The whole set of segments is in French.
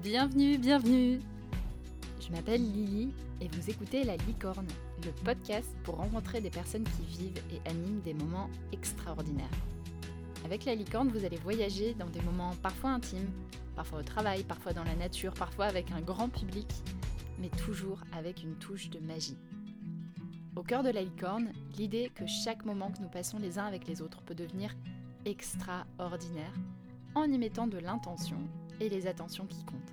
Bienvenue, bienvenue. Je m'appelle Lily et vous écoutez La Licorne, le podcast pour rencontrer des personnes qui vivent et animent des moments extraordinaires. Avec La Licorne, vous allez voyager dans des moments parfois intimes, parfois au travail, parfois dans la nature, parfois avec un grand public, mais toujours avec une touche de magie. Au cœur de La Licorne, l'idée que chaque moment que nous passons les uns avec les autres peut devenir extraordinaire en y mettant de l'intention et les attentions qui comptent.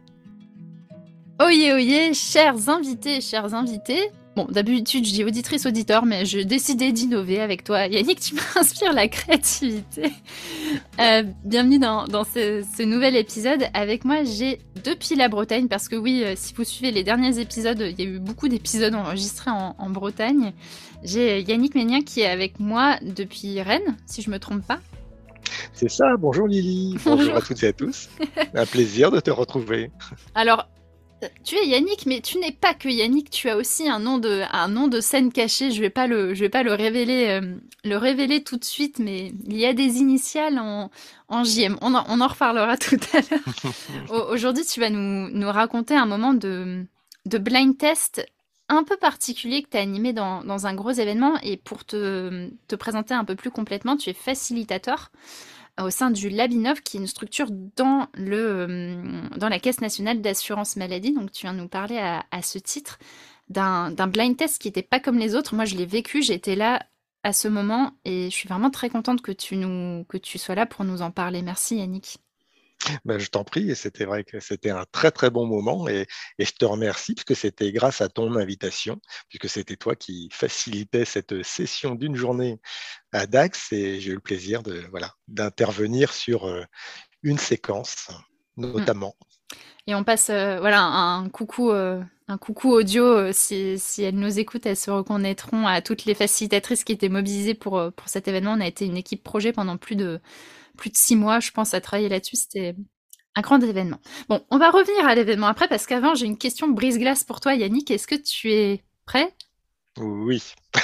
Oyez, oyez, chers invités. Bon, d'habitude, je dis auditrice, auditeur, mais j'ai décidé d'innover avec toi. Yannick, tu m'inspires la créativité. Bienvenue dans ce nouvel épisode. Avec moi, j'ai depuis la Bretagne, parce que oui, si vous suivez les derniers épisodes, il y a eu beaucoup d'épisodes enregistrés en Bretagne. J'ai Yannick Ménien qui est avec moi depuis Rennes, si je me trompe pas. C'est ça, bonjour Lily, bonjour à toutes et à tous. Un plaisir de te retrouver. Alors, tu es Yannick, mais tu n'es pas que Yannick, tu as aussi un nom de scène caché. Je vais pas le révéler tout de suite, mais il y a des initiales en JM. On en reparlera tout à l'heure. Aujourd'hui, tu vas nous raconter un moment de blind test un peu particulier que tu as animé dans un gros événement. Et pour te présenter un peu plus complètement, tu es facilitateur au sein du Labinov, qui est une structure dans la Caisse nationale d'assurance maladie. Donc, tu viens nous parler à ce titre d'un blind test qui n'était pas comme les autres. Moi, je l'ai vécu, j'étais là à ce moment et je suis vraiment très contente que tu sois là pour nous en parler. Merci Yannick. Je t'en prie, et c'était vrai que c'était un très très bon moment et je te remercie parce que c'était grâce à ton invitation, puisque c'était toi qui facilitais cette session d'une journée à Dax et j'ai eu le plaisir d'intervenir sur une séquence notamment. Et on passe un coucou audio, si elles nous écoutent, elles se reconnaîtront, à toutes les facilitatrices qui étaient mobilisées pour cet événement. On a été une équipe projet pendant plus de 6 mois, je pense, à travailler là-dessus. C'était un grand événement. Bon, on va revenir à l'événement après, parce qu'avant, j'ai une question brise-glace pour toi, Yannick. Est-ce que tu es prêt? Oui,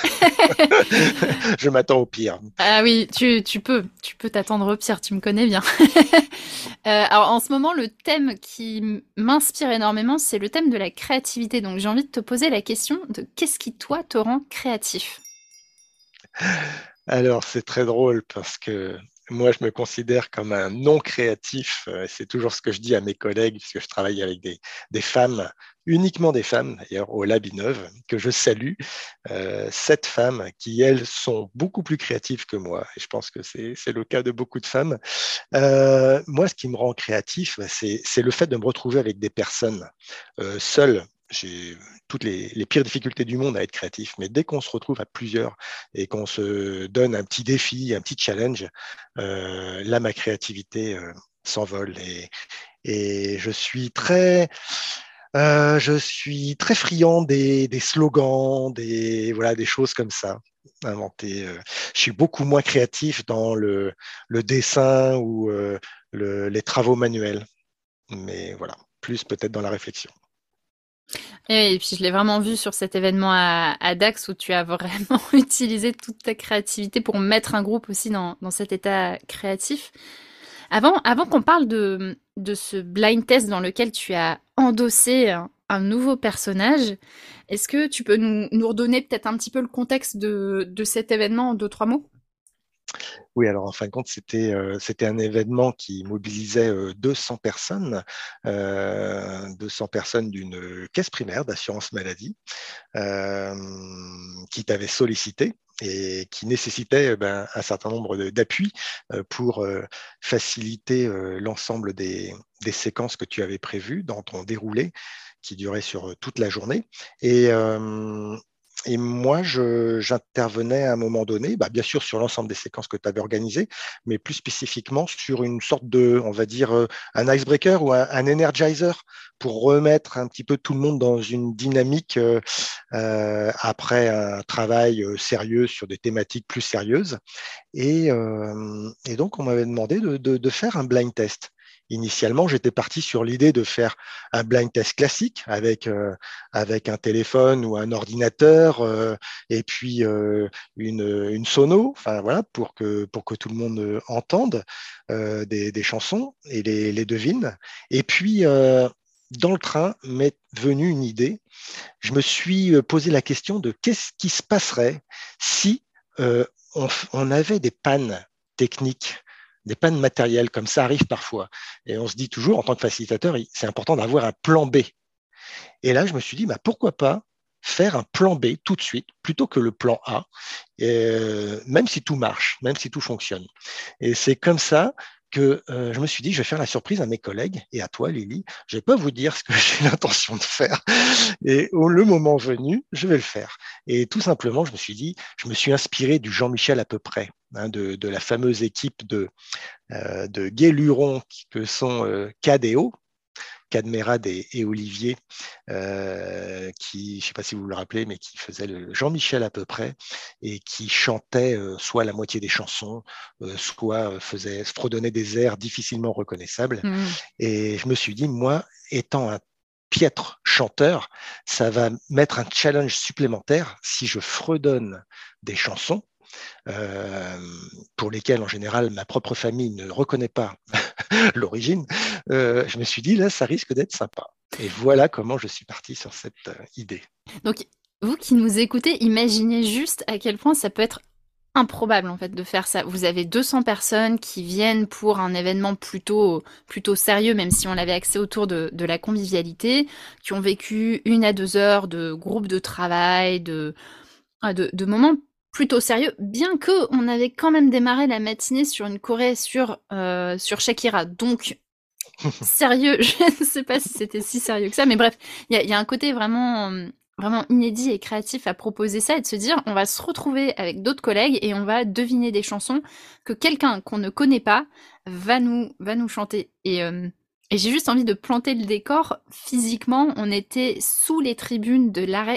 je m'attends au pire. Ah oui, tu peux t'attendre au pire, tu me connais bien. Alors en ce moment, le thème qui m'inspire énormément, c'est le thème de la créativité. Donc j'ai envie de te poser la question de qu'est-ce qui, toi, te rend créatif? Alors, c'est très drôle parce que moi, je me considère comme un non créatif. C'est toujours ce que je dis à mes collègues, puisque je travaille avec des femmes, uniquement des femmes, d'ailleurs, au Labinov, que je salue. 7 femmes qui, elles, sont beaucoup plus créatives que moi. Et je pense que c'est le cas de beaucoup de femmes. Moi, ce qui me rend créatif, c'est le fait de me retrouver avec des personnes seules. J'ai toutes les pires difficultés du monde à être créatif, mais dès qu'on se retrouve à plusieurs et qu'on se donne un petit défi, un petit challenge, là, ma créativité s'envole et je suis très friand des slogans, des choses comme ça inventées. Je suis beaucoup moins créatif dans le dessin ou les travaux manuels, mais voilà, plus peut-être dans la réflexion. Et puis je l'ai vraiment vu sur cet événement à Dax où tu as vraiment utilisé toute ta créativité pour mettre un groupe aussi dans cet état créatif. Avant qu'on parle de ce blind test dans lequel tu as endossé un nouveau personnage, est-ce que tu peux nous redonner peut-être un petit peu le contexte de cet événement en 2-3 mots? Oui, alors en fin de compte, c'était un événement qui mobilisait 200 personnes, 200 personnes d'une caisse primaire d'assurance maladie qui t'avait sollicité et qui nécessitait un certain nombre d'appuis pour faciliter l'ensemble des séquences que tu avais prévues dans ton déroulé qui durait sur toute la journée. Et moi, j'intervenais à un moment donné, bien sûr sur l'ensemble des séquences que tu avais organisées, mais plus spécifiquement sur une sorte de, on va dire, un icebreaker ou un energizer pour remettre un petit peu tout le monde dans une dynamique après un travail sérieux sur des thématiques plus sérieuses. Et donc, on m'avait demandé de faire un blind test. Initialement, j'étais parti sur l'idée de faire un blind test classique avec un téléphone ou un ordinateur et puis une sono, enfin voilà, pour que tout le monde entende des chansons et les devine. Et puis dans le train, m'est venue une idée. Je me suis posé la question de qu'est-ce qui se passerait si on avait des pannes techniques, des pannes matérielles, comme ça arrive parfois. Et on se dit toujours, en tant que facilitateur, c'est important d'avoir un plan B. Et là, je me suis dit, bah, pourquoi pas faire un plan B tout de suite, plutôt que le plan A, même si tout marche, même si tout fonctionne. Et c'est comme ça que je me suis dit, je vais faire la surprise à mes collègues et à toi, Lily. Je ne vais pas vous dire ce que j'ai l'intention de faire. Et le moment venu, je vais le faire. Et tout simplement, je me suis dit, je me suis inspiré du Jean-Michel à peu près, hein, de la fameuse équipe de Gué-Luron que sont Cadéo, Cadmerade et Olivier, qui, je ne sais pas si vous vous le rappelez, mais qui faisait le Jean-Michel à peu près, et qui chantait soit la moitié des chansons, soit fredonnait des airs difficilement reconnaissables. Mmh. Et je me suis dit, moi, étant un piètre chanteur, ça va mettre un challenge supplémentaire si je fredonne des chansons pour lesquelles, en général, ma propre famille ne reconnaît pas l'origine. Je me suis dit, là, ça risque d'être sympa. Et voilà comment je suis parti sur cette idée. Donc, vous qui nous écoutez, imaginez juste à quel point ça peut être improbable en fait de faire ça. Vous avez 200 personnes qui viennent pour un événement plutôt sérieux, même si on l'avait axé autour de la convivialité, qui ont vécu 1 à 2 heures de groupe de travail, de moments plutôt sérieux, bien que on avait quand même démarré la matinée sur une choré sur Shakira. Donc sérieux, je ne sais pas si c'était si sérieux que ça, mais bref, il y a un côté vraiment inédit et créatif à proposer ça et de se dire on va se retrouver avec d'autres collègues et on va deviner des chansons que quelqu'un qu'on ne connaît pas va nous chanter. Et j'ai juste envie de planter le décor. Physiquement, on était sous les tribunes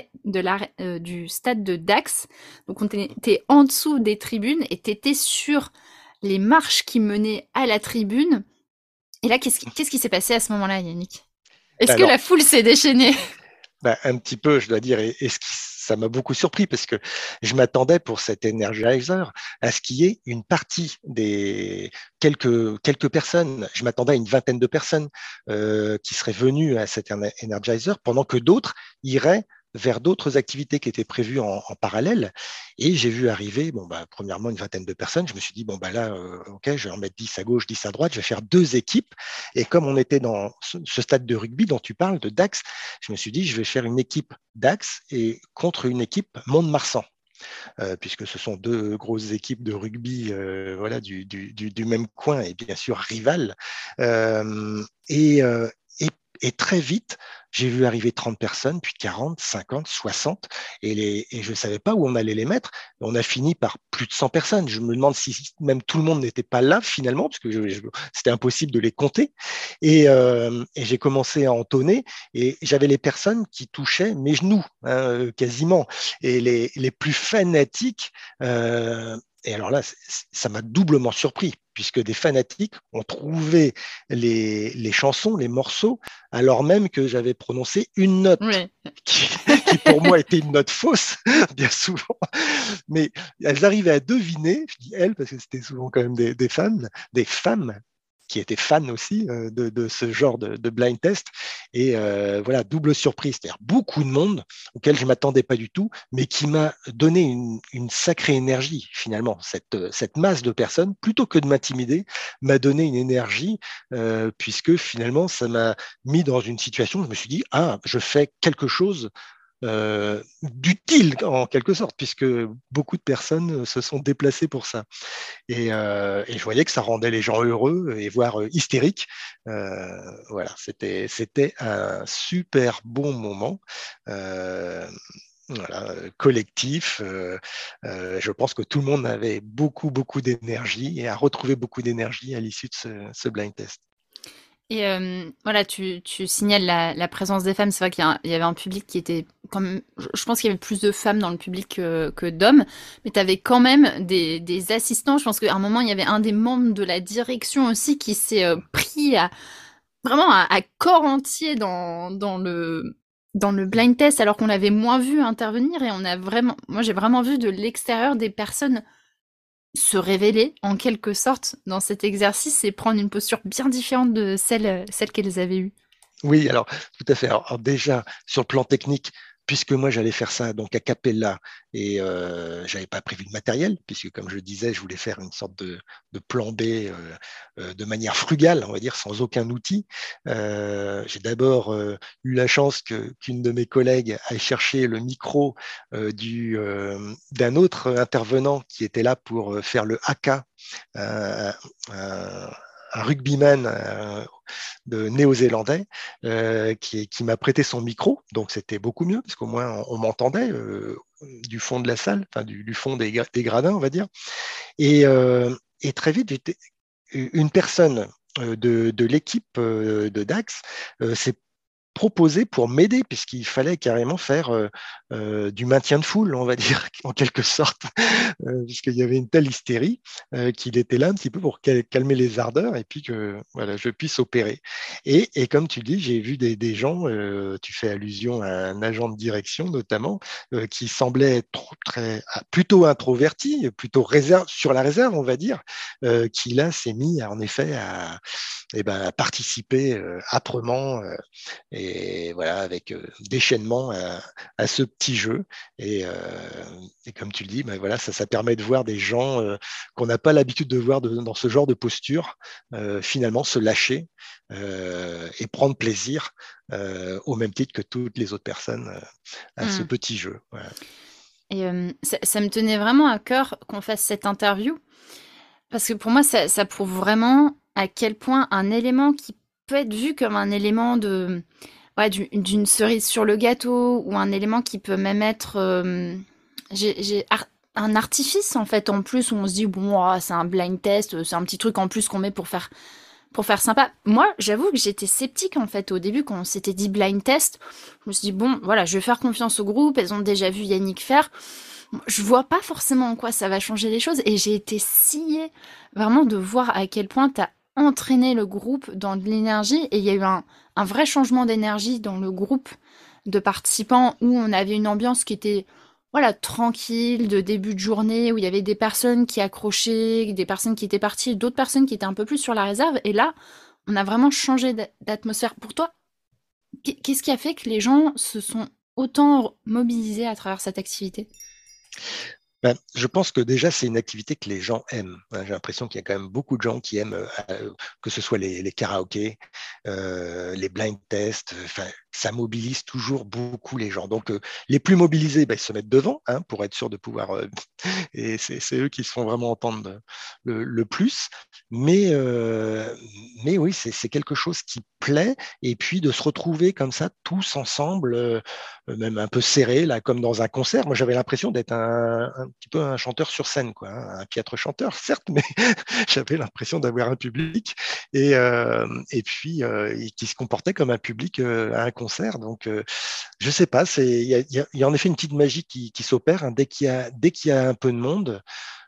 du stade de Dax. Donc on était en dessous des tribunes et t'étais sur les marches qui menaient à la tribune. Et là, qu'est-ce qui s'est passé à ce moment-là, Yannick? Est-ce que Alors, la foule s'est déchaînée? un petit peu, je dois dire, et ça m'a beaucoup surpris parce que je m'attendais pour cet Energizer à ce qu'il y ait une partie des quelques personnes. Je m'attendais à une vingtaine de personnes qui seraient venues à cet Energizer pendant que d'autres iraient vers d'autres activités qui étaient prévues en parallèle. Et j'ai vu arriver, bon, bah, premièrement, une vingtaine de personnes. Je me suis dit, bon, bah, là, OK, je vais en mettre 10 à gauche, 10 à droite. Je vais faire 2 équipes. Et comme on était dans ce stade de rugby dont tu parles, de Dax, je me suis dit, je vais faire une équipe Dax et contre une équipe Mont-de-Marsan. Puisque ce sont 2 grosses équipes de rugby voilà, du même coin et bien sûr rivales. Euh, et, euh, et très vite, j'ai vu arriver 30 personnes, puis 40, 50, 60, et je ne savais pas où on allait les mettre. On a fini par plus de 100 personnes. Je me demande si même tout le monde n'était pas là finalement, parce que c'était impossible de les compter. Et j'ai commencé à entonner, et j'avais les personnes qui touchaient mes genoux, hein, quasiment. Et les plus fanatiques, et alors là, ça m'a doublement surpris, puisque des fanatiques ont trouvé les chansons, les morceaux, alors même que j'avais prononcé une note Oui. qui pour moi était une note fausse, bien souvent. Mais elles arrivaient à deviner, je dis elles parce que c'était souvent quand même des femmes qui étaient fans aussi de ce genre de blind test. Et voilà, double surprise, c'est-à-dire beaucoup de monde auquel je ne m'attendais pas du tout, mais qui m'a donné une sacrée énergie finalement. Cette masse de personnes, plutôt que de m'intimider, m'a donné une énergie, puisque finalement, ça m'a mis dans une situation où je me suis dit, ah, je fais quelque chose d'utile en quelque sorte, puisque beaucoup de personnes se sont déplacées pour ça. Et je voyais que ça rendait les gens heureux et voire hystériques. Voilà, c'était un super bon moment. Voilà, collectif. Je pense que tout le monde avait beaucoup, beaucoup d'énergie et a retrouvé beaucoup d'énergie à l'issue de ce blind test. Et voilà, tu signales la présence des femmes. C'est vrai qu'il y avait un public qui était quand même. Je pense qu'il y avait plus de femmes dans le public que d'hommes, mais tu avais quand même des assistants. Je pense qu'à un moment, il y avait un des membres de la direction aussi qui s'est pris vraiment à corps entier dans le blind test, alors qu'on l'avait moins vu intervenir. Et moi, j'ai vraiment vu de l'extérieur des personnes se révéler en quelque sorte dans cet exercice et prendre une posture bien différente de celle qu'elles avaient eue. Oui, alors tout à fait. Alors, déjà, sur le plan technique, puisque moi j'allais faire ça donc a cappella et j'avais pas prévu de matériel, puisque comme je disais, je voulais faire une sorte de plan B de manière frugale, on va dire, sans aucun outil. J'ai d'abord eu la chance qu'une de mes collègues aille chercher le micro d'un autre intervenant qui était là pour faire le haka, un, un- un rugbyman de néo-zélandais qui m'a prêté son micro, donc c'était beaucoup mieux parce qu'au moins on m'entendait du fond de la salle, enfin du fond des gradins, on va dire. Et, euh, et très vite, une personne de l'équipe de Dax s'est proposé pour m'aider, puisqu'il fallait carrément faire du maintien de foule, on va dire, en quelque sorte, puisqu'il y avait une telle hystérie qu'il était là un petit peu pour calmer les ardeurs et puis que voilà, je puisse opérer. Et comme tu dis, j'ai vu des gens, tu fais allusion à un agent de direction notamment, qui semblait être plutôt introverti, plutôt sur la réserve, on va dire, qui là s'est mis en effet à participer âprement et voilà, avec déchaînement à ce petit jeu. Et, euh, et comme tu le dis, ben voilà, ça permet de voir des gens qu'on n'a pas l'habitude de voir dans ce genre de posture, finalement se lâcher et prendre plaisir au même titre que toutes les autres personnes à ce Hmm. petit jeu. Voilà. Et ça me tenait vraiment à cœur qu'on fasse cette interview, parce que pour moi, ça prouve vraiment à quel point un élément qui peut être vu comme un élément ouais, d'une cerise sur le gâteau, ou un élément qui peut même être un artifice en fait en plus, où on se dit bon, ah, c'est un blind test, c'est un petit truc en plus qu'on met pour faire sympa. Moi, j'avoue que j'étais sceptique en fait au début quand on s'était dit blind test. Je me suis dit bon, voilà, je vais faire confiance au groupe, elles ont déjà vu Yannick faire. Je vois pas forcément en quoi ça va changer les choses, et j'ai été sciée vraiment de voir à quel point t'as entraîné le groupe dans de l'énergie, et il y a eu un vrai changement d'énergie dans le groupe de participants, où on avait une ambiance qui était voilà, tranquille, de début de journée, où il y avait des personnes qui accrochaient, des personnes qui étaient parties, d'autres personnes qui étaient un peu plus sur la réserve. Et là, on a vraiment changé d'atmosphère. Pour toi, qu'est-ce qui a fait que les gens se sont autant mobilisés à travers cette activité? Ben, je pense que déjà, c'est une activité que les gens aiment. J'ai l'impression qu'il y a quand même beaucoup de gens qui aiment, que ce soit les karaokés, les blind tests, enfin, ça mobilise toujours beaucoup les gens. Donc, les plus mobilisés, ben, ils se mettent devant pour être sûr de pouvoir. Et c'est eux qui se font vraiment entendre le plus. Mais oui, c'est quelque chose qui plaît. Et puis, de se retrouver comme ça, tous ensemble, même un peu serrés, là, comme dans un concert. Moi, j'avais l'impression d'être un petit peu un chanteur sur scène, quoi, un piètre chanteur, certes, mais j'avais l'impression d'avoir un public et puis qui se comportait comme un public à un concert. Donc, je sais pas, il y a en effet une petite magie qui s'opère dès qu'il y a un peu de monde.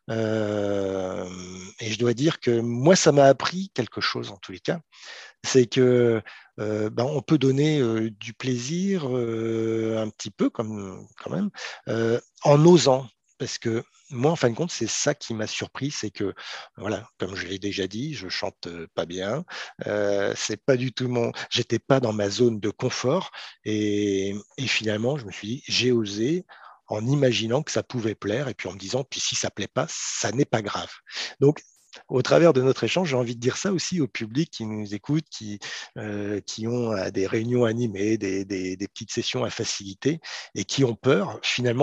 Euh, et je dois dire que moi, ça m'a appris quelque chose en tous les cas, c'est que ben, on peut donner du plaisir un petit peu quand même en osant. Parce que moi, en fin de compte, c'est ça qui m'a surpris, c'est que, voilà, comme je l'ai déjà dit, je chante pas bien. C'est pas du tout j'étais pas dans ma zone de confort. Et finalement, je me suis dit, j'ai osé en imaginant que ça pouvait plaire et puis en me disant, puis si ça plaît pas, ça n'est pas grave. Donc, au travers de notre échange, j'ai envie de dire ça aussi au public qui nous écoute, qui ont des réunions animées, des petites sessions à faciliter et qui ont peur. Finalement,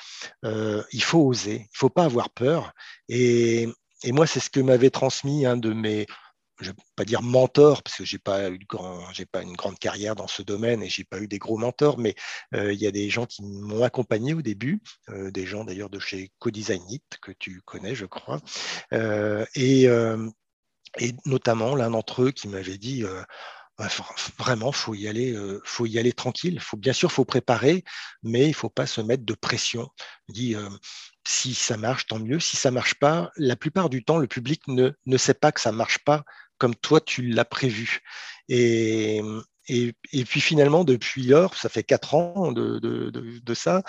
il faut oser, il ne faut pas avoir peur. Et, et moi, c'est ce que m'avait transmis un de mes, je ne vais pas dire mentor, parce que j'ai pas une grande carrière dans ce domaine et j'ai pas eu des gros mentors, mais il y a des gens qui m'ont accompagné au début, des gens d'ailleurs de chez Codesignit que tu connais, je crois, Euh, et, euh, et notamment l'un d'entre eux qui m'avait dit bah, vraiment, faut y aller tranquille. Bien sûr, faut préparer, mais il faut pas se mettre de pression. Il dit, si ça marche, tant mieux. Si ça marche pas, la plupart du temps, le public ne sait pas que ça marche pas comme toi tu l'as prévu. Et, et puis finalement, depuis lors, ça fait 4 ans de ça,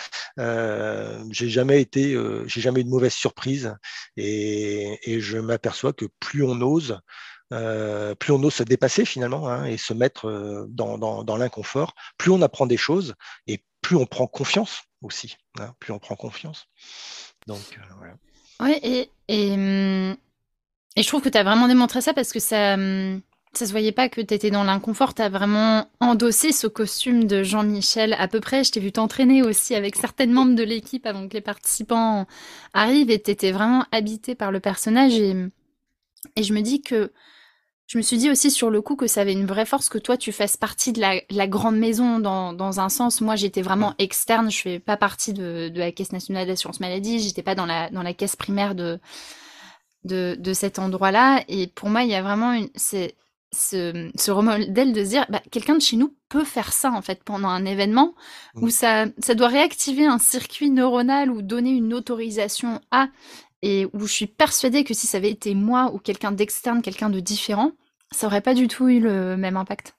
j'ai jamais eu de mauvaise surprise et je m'aperçois que plus on ose, plus on ose se dépasser finalement, hein, et se mettre dans l'inconfort, plus on apprend des choses et plus on prend confiance aussi, hein, plus on prend confiance. Donc, voilà. Ouais, et je trouve que tu as vraiment démontré ça parce que ça se voyait pas que tu étais dans l'inconfort. Tu as vraiment endossé ce costume de Jean-Michel à peu près. Je t'ai vu t'entraîner aussi avec certains membres de l'équipe avant que les participants arrivent et tu étais vraiment habité par le personnage. Et je me suis dit aussi sur le coup que ça avait une vraie force que toi tu fasses partie de la grande maison dans un sens. Moi j'étais vraiment externe, je fais pas partie de la Caisse nationale d'assurance maladie, j'étais pas dans la caisse primaire de cet endroit-là. Et pour moi, il y a vraiment ce remodèle de se dire, bah, quelqu'un de chez nous peut faire ça, en fait, pendant un événement où ça doit réactiver un circuit neuronal ou donner une autorisation à, et où je suis persuadée que si ça avait été moi ou quelqu'un d'externe, quelqu'un de différent, ça aurait pas du tout eu le même impact.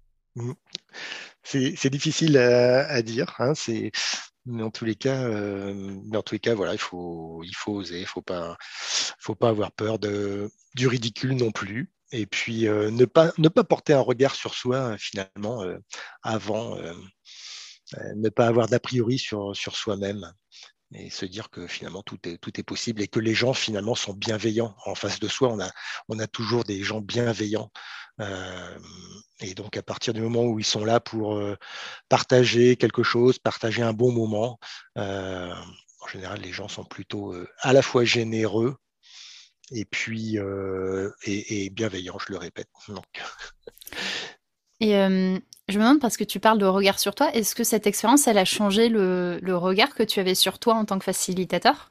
C'est difficile à dire, hein, mais en tous les cas, voilà, il faut oser, faut pas avoir peur du ridicule non plus. Et puis ne pas porter un regard sur soi finalement avant, ne pas avoir d'a priori sur soi-même et se dire que finalement tout est possible et que les gens finalement sont bienveillants. En face de soi, on a toujours des gens bienveillants. Euh, et donc à partir du moment où ils sont là pour partager quelque chose, partager un bon moment, en général les gens sont plutôt à la fois généreux et puis et bienveillants, je le répète. Donc, Et je me demande, parce que tu parles de regard sur toi, est-ce que cette expérience, elle a changé le regard que tu avais sur toi en tant que facilitateur?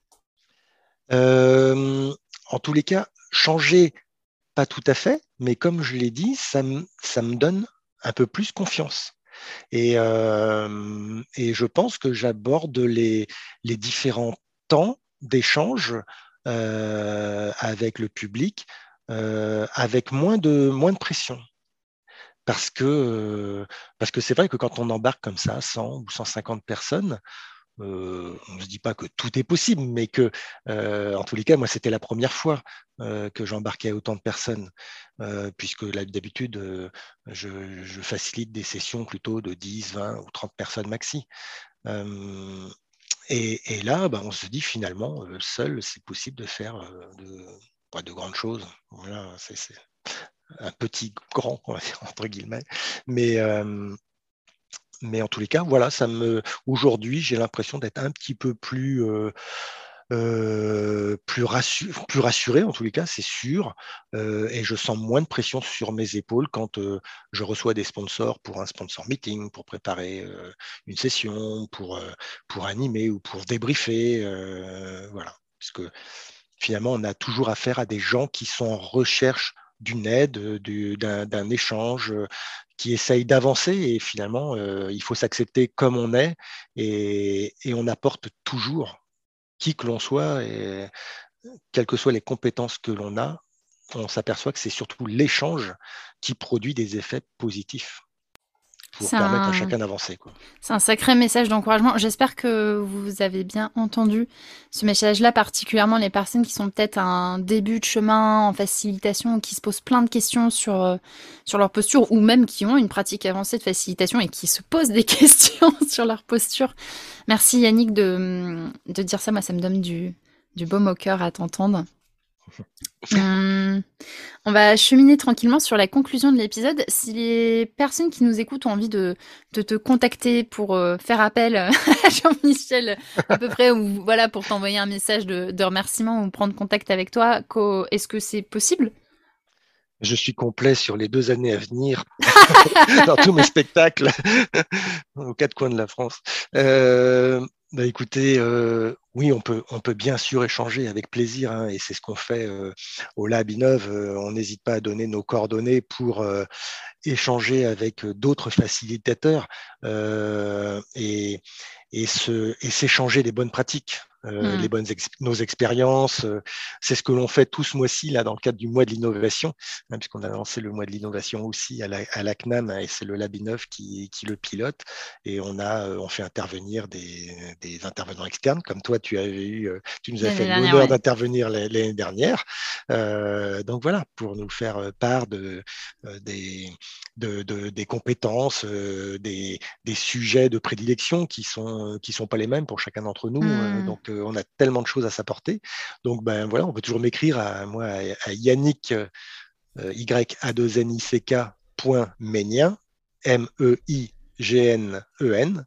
euh, en tous les cas, changer, pas tout à fait, mais comme je l'ai dit, ça me donne un peu plus confiance. Et je pense que j'aborde les différents temps d'échange avec le public avec moins de pression. Parce que c'est vrai que quand on embarque comme ça, 100 ou 150 personnes, on ne se dit pas que tout est possible, mais que, en tous les cas, moi, c'était la première fois que j'embarquais autant de personnes, puisque là, d'habitude, je facilite des sessions plutôt de 10, 20 ou 30 personnes maxi. Euh, et là, bah, on se dit finalement, seul, c'est possible de faire pas de grandes choses. Voilà, c'est un petit grand, on va dire, entre guillemets. Mais, mais en tous les cas, voilà, aujourd'hui, j'ai l'impression d'être un petit peu plus rassuré, en tous les cas, c'est sûr. Et je sens moins de pression sur mes épaules quand je reçois des sponsors pour un sponsor meeting, pour préparer une session, pour animer ou pour débriefer. Voilà. Parce que finalement, on a toujours affaire à des gens qui sont en recherche d'une aide, d'un échange, qui essayent d'avancer. Et finalement, il faut s'accepter comme on est et on apporte toujours, qui que l'on soit, et quelles que soient les compétences que l'on a, on s'aperçoit que c'est surtout l'échange qui produit des effets positifs pour C'est permettre à un, chacun d'avancer, quoi. c'est un sacré message d'encouragement. J'espère que vous avez bien entendu ce message-là, particulièrement les personnes qui sont peut-être à un début de chemin en facilitation, qui se posent plein de questions sur leur posture, ou même qui ont une pratique avancée de facilitation et qui se posent des questions sur leur posture. Merci Yannick de dire ça. Moi, ça me donne du baume au cœur à t'entendre. Hum, On va cheminer tranquillement sur la conclusion de l'épisode. Si les personnes qui nous écoutent ont envie de te contacter pour faire appel à Jean-Michel à peu près, ou voilà, pour t'envoyer un message de remerciement ou prendre contact avec toi, est-ce que c'est possible? Je suis complet sur les 2 années à venir dans tous mes spectacles aux 4 coins de la France. Bah écoutez, oui, on peut bien sûr échanger avec plaisir, hein, et c'est ce qu'on fait au Lab Innov. On n'hésite pas à donner nos coordonnées pour échanger avec d'autres facilitateurs et s'échanger des bonnes pratiques. nos expériences. C'est ce que l'on fait tout ce mois-ci là dans le cadre du mois de l'innovation, hein, puisqu'on a lancé le mois de l'innovation aussi à la CNAM, et c'est le Lab Innov qui le pilote. Et on fait intervenir des intervenants externes, comme toi, tu nous as fait l'honneur d'intervenir l'année dernière. Donc voilà, pour nous faire part des compétences, des sujets de prédilection qui sont pas les mêmes pour chacun d'entre nous. Donc on a tellement de choses à s'apporter. Donc ben voilà, on peut toujours m'écrire à Yannick YA2NICK.Meignen MEIGNEN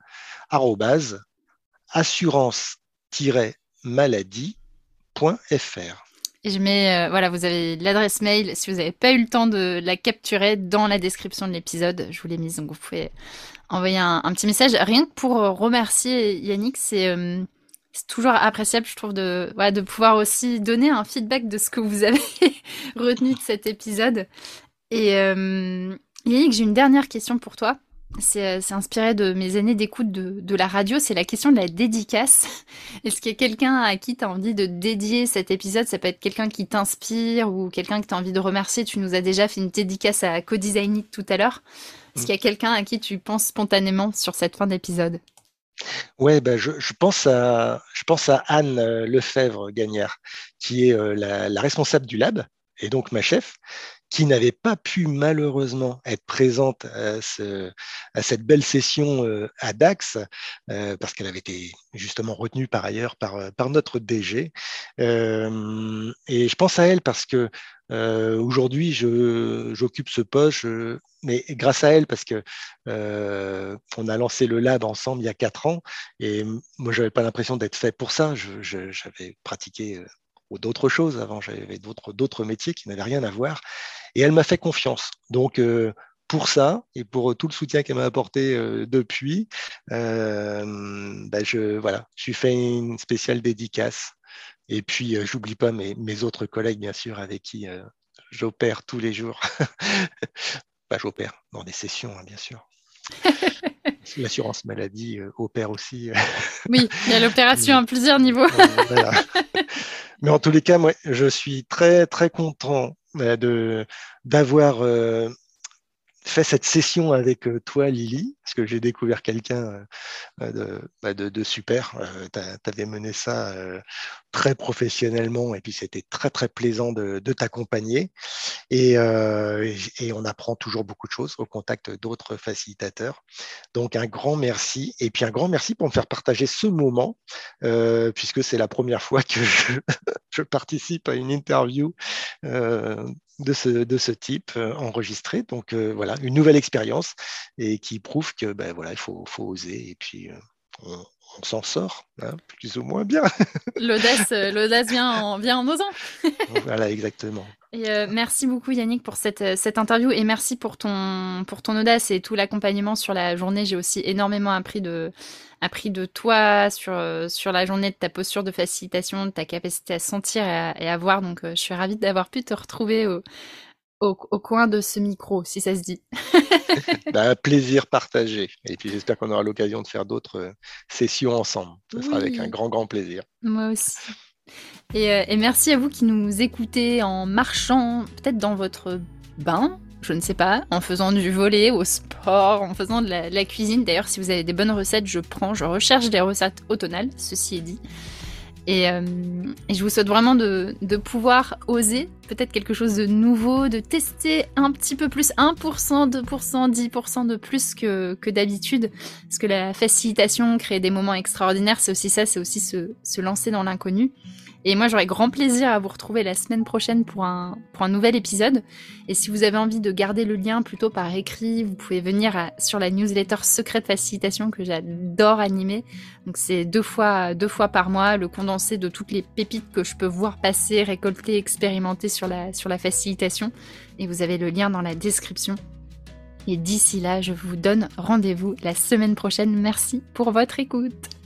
@assurance-maladie.fr. Et je mets, vous avez l'adresse mail, si vous n'avez pas eu le temps de la capturer, dans la description de l'épisode. Je vous l'ai mise, donc vous pouvez envoyer un petit message. Rien que pour remercier Yannick, c'est toujours appréciable, je trouve, de pouvoir aussi donner un feedback de ce que vous avez retenu de cet épisode. Et Yannick, j'ai une dernière question pour toi. C'est inspiré de mes années d'écoute de la radio, c'est la question de la dédicace. Est-ce qu'il y a quelqu'un à qui tu as envie de dédier cet épisode? Ça peut être quelqu'un qui t'inspire ou quelqu'un que tu as envie de remercier. Tu nous as déjà fait une dédicace à Co-Design It tout à l'heure. Est-ce qu'il y a quelqu'un à qui tu penses spontanément sur cette fin d'épisode? Ouais, je pense à Anne Lefebvre-Gagnard, qui est la responsable du lab et donc ma chef, qui n'avait pas pu malheureusement être présente à cette belle session à Dax, parce qu'elle avait été justement retenue par ailleurs par notre DG. Et je pense à elle parce que aujourd'hui, j'occupe ce poste, mais grâce à elle, parce que on a lancé le lab ensemble il y a 4 ans, et moi, j'avais pas l'impression d'être fait pour ça. J'avais pratiqué d'autres choses avant, j'avais d'autres métiers qui n'avaient rien à voir, et elle m'a fait confiance. Donc, pour ça et pour tout le soutien qu'elle m'a apporté depuis, je lui fais une spéciale dédicace. Et puis, j'oublie pas mes autres collègues, bien sûr, avec qui j'opère tous les jours. J'opère dans des sessions, hein, bien sûr. L'assurance maladie opère aussi. Oui, il y a l'opération à plusieurs niveaux. Voilà. Mais en tous les cas, moi, je suis très, très content d'avoir fait cette session avec toi, Lily, parce que j'ai découvert quelqu'un de super. Tu avais mené ça très professionnellement, et puis c'était très, très plaisant de t'accompagner. Et on apprend toujours beaucoup de choses au contact d'autres facilitateurs. Donc, un grand merci. Et puis, un grand merci pour me faire partager ce moment, puisque c'est la première fois que je participe à une interview de ce type enregistré. Donc, voilà, une nouvelle expérience, et qui prouve que il faut oser, et puis on s'en sort, hein, plus ou moins bien. L'audace vient en osant. Voilà, exactement. Et merci beaucoup Yannick pour cette interview, et merci pour ton audace et tout l'accompagnement sur la journée. J'ai aussi énormément appris de toi sur la journée, de ta posture de facilitation, de ta capacité à sentir et à voir. Donc je suis ravie d'avoir pu te retrouver au coin de ce micro, si ça se dit. Plaisir partagé. Et puis j'espère qu'on aura l'occasion de faire d'autres sessions ensemble. Ce sera avec un grand, grand plaisir. Moi aussi. Et merci à vous qui nous écoutez en marchant, peut-être dans votre bain, je ne sais pas, en faisant du volley, au sport, en faisant de la cuisine. D'ailleurs, si vous avez des bonnes recettes, je recherche des recettes automnales, ceci est dit. Et je vous souhaite vraiment de pouvoir oser peut-être quelque chose de nouveau, de tester un petit peu plus, 1%, 2%, 10% de plus que d'habitude. Parce que la facilitation, créer des moments extraordinaires, c'est aussi ça, c'est aussi se lancer dans l'inconnu. Et moi, j'aurai grand plaisir à vous retrouver la semaine prochaine pour un nouvel épisode. Et si vous avez envie de garder le lien plutôt par écrit, vous pouvez venir sur la newsletter Secret de Facilitation que j'adore animer. Donc c'est 2 fois par mois, le condensé de toutes les pépites que je peux voir passer, récolter, expérimenter sur la facilitation. Et vous avez le lien dans la description. Et d'ici là, je vous donne rendez-vous la semaine prochaine. Merci pour votre écoute.